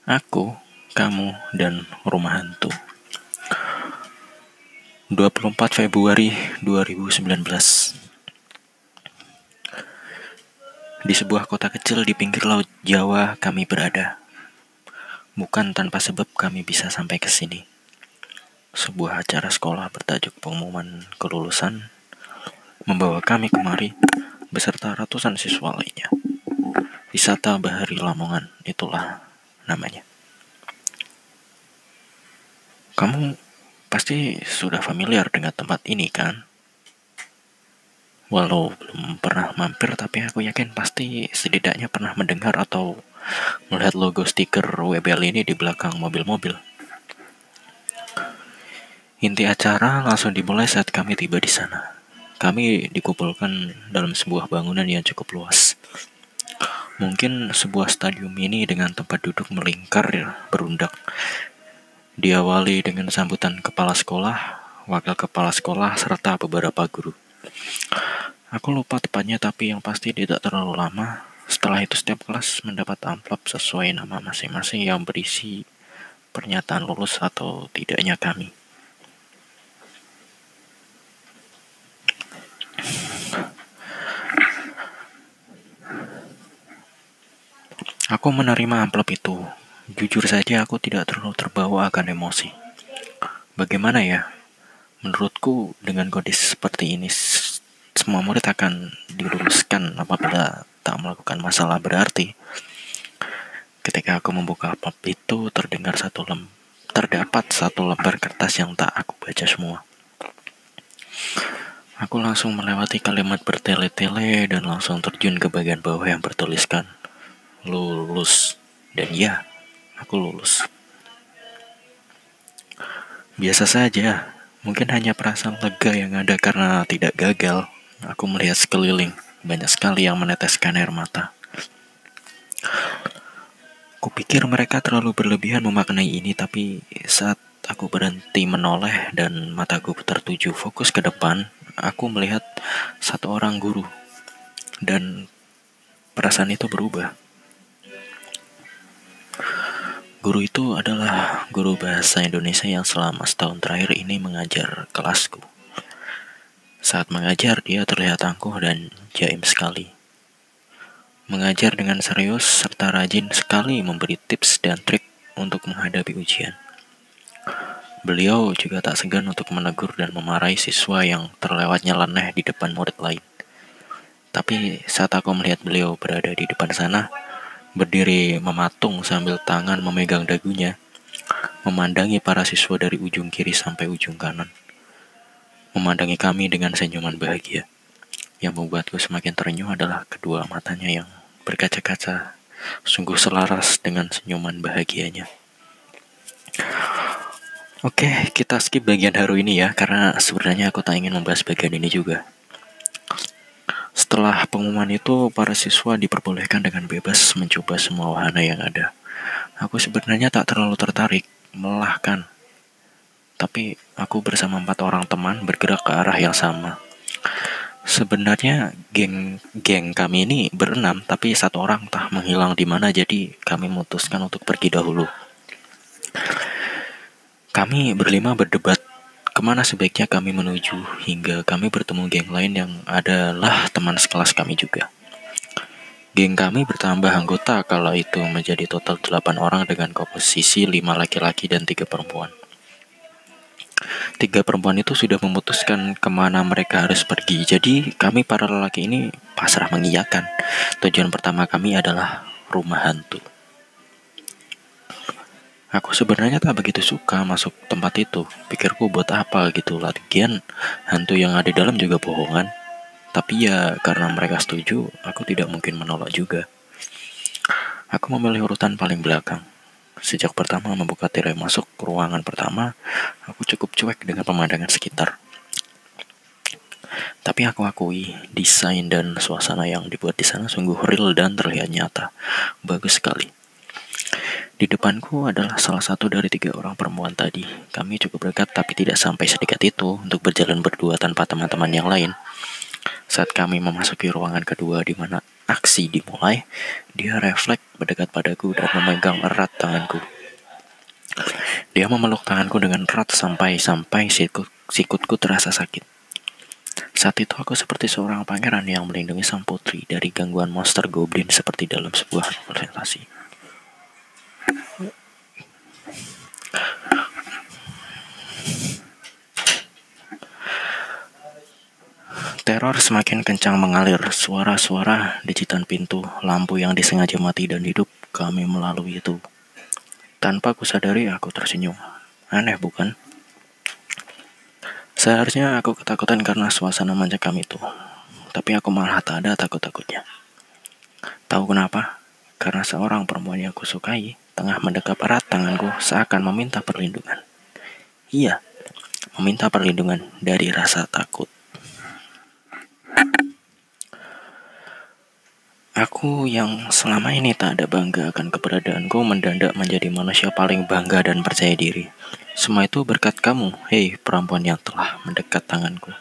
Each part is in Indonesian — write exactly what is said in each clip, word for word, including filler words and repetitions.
Aku, kamu, dan rumah hantu. dua puluh empat Februari dua ribu sembilan belas. Di sebuah kota kecil di pinggir laut Jawa kami berada. Bukan tanpa sebab kami bisa sampai ke sini. Sebuah acara sekolah bertajuk pengumuman kelulusan membawa kami kemari beserta ratusan siswa lainnya. Wisata Bahari Lamongan, itulah namanya. Kamu pasti sudah familiar dengan tempat ini kan? Walau belum pernah mampir, tapi aku yakin pasti setidaknya pernah mendengar atau melihat logo stiker W B L ini di belakang mobil-mobil. Inti acara langsung dimulai saat kami tiba di sana. Kami dikumpulkan dalam sebuah bangunan yang cukup luas. Mungkin sebuah stadium ini dengan tempat duduk melingkar berundak. Diawali dengan sambutan kepala sekolah, wakil kepala sekolah, serta beberapa guru. Aku lupa tepatnya, tapi yang pasti tidak terlalu lama. Setelah itu setiap kelas mendapat amplop sesuai nama masing-masing yang berisi pernyataan lulus atau tidaknya kami. Aku menerima amplop itu. Jujur saja aku tidak terlalu terbawa akan emosi. Bagaimana ya? Menurutku dengan kondisi seperti ini semua murid akan diluluskan apabila tak melakukan masalah berarti. Ketika aku membuka amplop itu terdengar satu lem terdapat satu lembar kertas yang tak aku baca semua. Aku langsung melewati kalimat bertele-tele dan langsung terjun ke bagian bawah yang bertuliskan lulus. Dan ya, aku lulus. Biasa saja, mungkin hanya perasaan lega yang ada karena tidak gagal. Aku melihat sekeliling, banyak sekali yang meneteskan air mata. Kupikir mereka terlalu berlebihan memaknai ini, tapi saat aku berhenti menoleh dan mataku tertuju fokus ke depan, aku melihat satu orang guru. Dan perasaan itu berubah. Guru itu adalah guru bahasa Indonesia yang selama setahun terakhir ini mengajar kelasku. Saat mengajar, dia terlihat angkuh dan jaim sekali. Mengajar dengan serius serta rajin sekali memberi tips dan trik untuk menghadapi ujian. Beliau juga tak segan untuk menegur dan memarahi siswa yang terlewatnya leneh di depan murid lain. Tapi saat aku melihat beliau berada di depan sana, berdiri mematung sambil tangan memegang dagunya, memandangi para siswa dari ujung kiri sampai ujung kanan, memandangi kami dengan senyuman bahagia. Yang membuatku semakin terenyuh adalah kedua matanya yang berkaca-kaca, sungguh selaras dengan senyuman bahagianya. Oke, kita skip bagian haru ini ya, karena sebenarnya aku tak ingin membahas bagian ini juga. Setelah pengumuman itu, para siswa diperbolehkan dengan bebas mencoba semua wahana yang ada. Aku sebenarnya tak terlalu tertarik, melelahkan. Tapi aku bersama empat orang teman bergerak ke arah yang sama. Sebenarnya geng geng kami ini berenam, tapi satu orang entah menghilang di mana, jadi kami memutuskan untuk pergi dahulu. Kami berlima berdebat kemana sebaiknya kami menuju, hingga kami bertemu geng lain yang adalah teman sekelas kami juga. Geng kami bertambah anggota kala itu menjadi total delapan orang dengan komposisi lima laki-laki dan tiga perempuan. Tiga perempuan itu sudah memutuskan kemana mereka harus pergi, jadi kami para lelaki ini pasrah mengiyakan. Tujuan pertama kami adalah rumah hantu. Aku sebenarnya tak begitu suka masuk tempat itu. Pikirku buat apa gitu, lagian hantu yang ada di dalam juga bohongan. Tapi ya karena mereka setuju, aku tidak mungkin menolak juga. Aku memilih urutan paling belakang. Sejak pertama membuka tirai masuk ke ruangan pertama, aku cukup cuek dengan pemandangan sekitar. Tapi aku akui, desain dan suasana yang dibuat di sana sungguh real dan terlihat nyata. Bagus sekali. Di depanku adalah salah satu dari tiga orang perempuan tadi. Kami cukup dekat tapi tidak sampai sedekat itu untuk berjalan berdua tanpa teman-teman yang lain. Saat kami memasuki ruangan kedua di mana aksi dimulai, Dia refleks mendekat padaku dan memegang erat tanganku. Dia memeluk tanganku dengan erat sampai-sampai sikut, sikutku terasa sakit. Saat itu aku seperti seorang pangeran yang melindungi sang putri dari gangguan monster goblin seperti dalam sebuah novel fantasi. Teror semakin kencang mengalir, suara-suara digitan pintu, lampu yang disengaja mati dan hidup kami melalui itu. Tanpa kusadari aku tersenyum. Aneh bukan? Seharusnya aku ketakutan karena suasana mencekam itu. Tapi aku malah tak ada takut-takutnya. Tahu kenapa? Karena seorang perempuan yang kusukai tengah mendekap erat tanganku seakan meminta perlindungan. Iya, meminta perlindungan dari rasa takut. Aku yang selama ini tak ada bangga akan keberadaanku mendadak menjadi manusia paling bangga dan percaya diri. Semua itu berkat kamu, hei perempuan yang telah mendekat tanganku.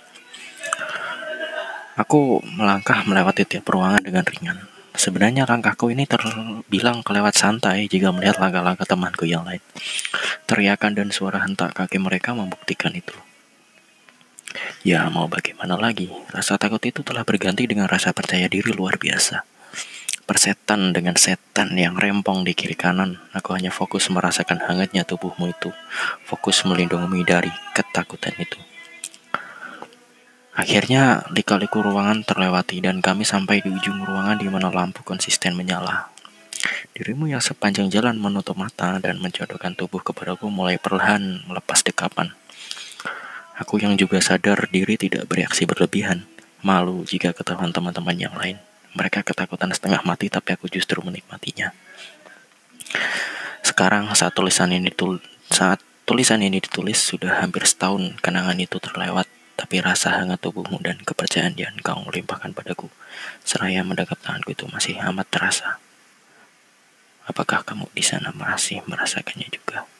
Aku melangkah melewati tiap ruangan dengan ringan. Sebenarnya langkahku ini terbilang kelewat santai jika melihat langkah-langkah temanku yang lain. Teriakan dan suara hentak kaki mereka membuktikan itu. Ya, mau bagaimana lagi? Rasa takut itu telah berganti dengan rasa percaya diri luar biasa. Persetan dengan setan yang rempong di kiri kanan. Aku hanya fokus merasakan hangatnya tubuhmu itu. Fokus melindungi dari ketakutan itu. Akhirnya lika-liku ruangan terlewati dan kami sampai di ujung ruangan di mana lampu konsisten menyala. Dirimu yang sepanjang jalan menutup mata dan menjodohkan tubuh kepadaku mulai perlahan melepas dekapan. Aku yang juga sadar diri tidak bereaksi berlebihan. Malu jika ketahuan teman-teman yang lain. Mereka ketakutan setengah mati tapi aku justru menikmatinya. Sekarang saat tulisan ini tul- saat tulisan ini ditulis sudah hampir setahun kenangan itu terlewat, tapi rasa hangat tubuhmu dan kepercayaan yang kau limpahkan padaku seraya mendekap tanganku itu masih amat terasa. Apakah kamu di sana masih merasakannya juga?